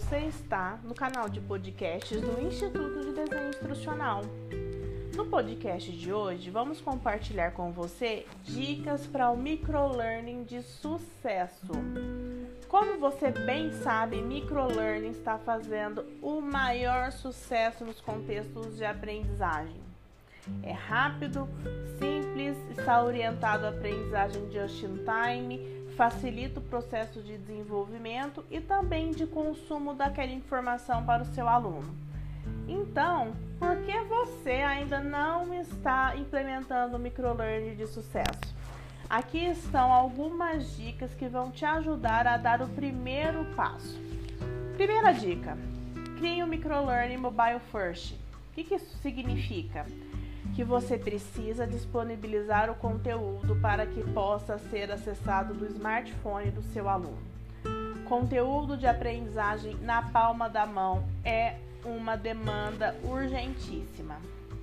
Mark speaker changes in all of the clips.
Speaker 1: Você está no canal de podcasts do Instituto de Desenho Instrucional. No podcast de hoje, vamos compartilhar com você dicas para o microlearning de sucesso. Como você bem sabe, microlearning está fazendo o maior sucesso nos contextos de aprendizagem. É rápido, simples, está orientado à aprendizagem just in time, facilita o processo de desenvolvimento e também de consumo daquela informação para o seu aluno. Então, por que você ainda não está implementando o microlearning de sucesso? Aqui estão algumas dicas que vão te ajudar a dar o primeiro passo. Primeira dica: crie o microlearning mobile first. O que isso significa? Que você precisa disponibilizar o conteúdo para que possa ser acessado do smartphone do seu aluno. Conteúdo de aprendizagem na palma da mão é uma demanda urgentíssima.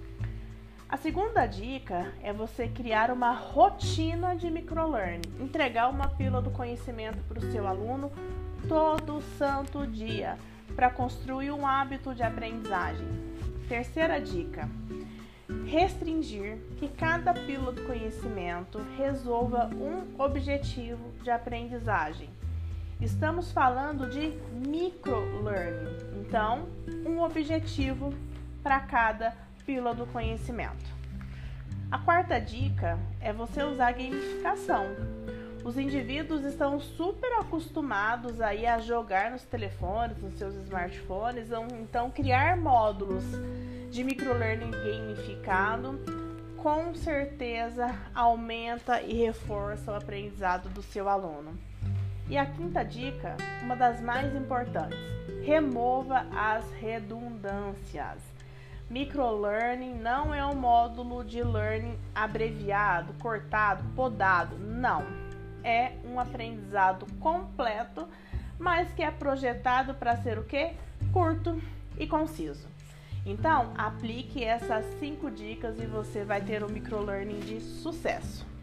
Speaker 1: A segunda dica é você criar uma rotina de microlearning, entregar uma pílula do conhecimento para o seu aluno todo santo dia, para construir um hábito de aprendizagem. Terceira dica: restringir que cada pílula do conhecimento resolva um objetivo de aprendizagem. Estamos falando de microlearning, então um objetivo para cada pílula do conhecimento. A quarta dica é você usar gamificação. Os indivíduos estão super acostumados aí a jogar nos telefones, nos seus smartphones, então criar módulos de microlearning gamificado com certeza aumenta e reforça o aprendizado do seu aluno. E a quinta dica, uma das mais importantes: remova as redundâncias. Microlearning não é um módulo de learning abreviado, cortado, podado, não. É um aprendizado completo, mas que é projetado para ser o quê? Curto e conciso. Então, aplique essas 5 dicas e você vai ter um microlearning de sucesso.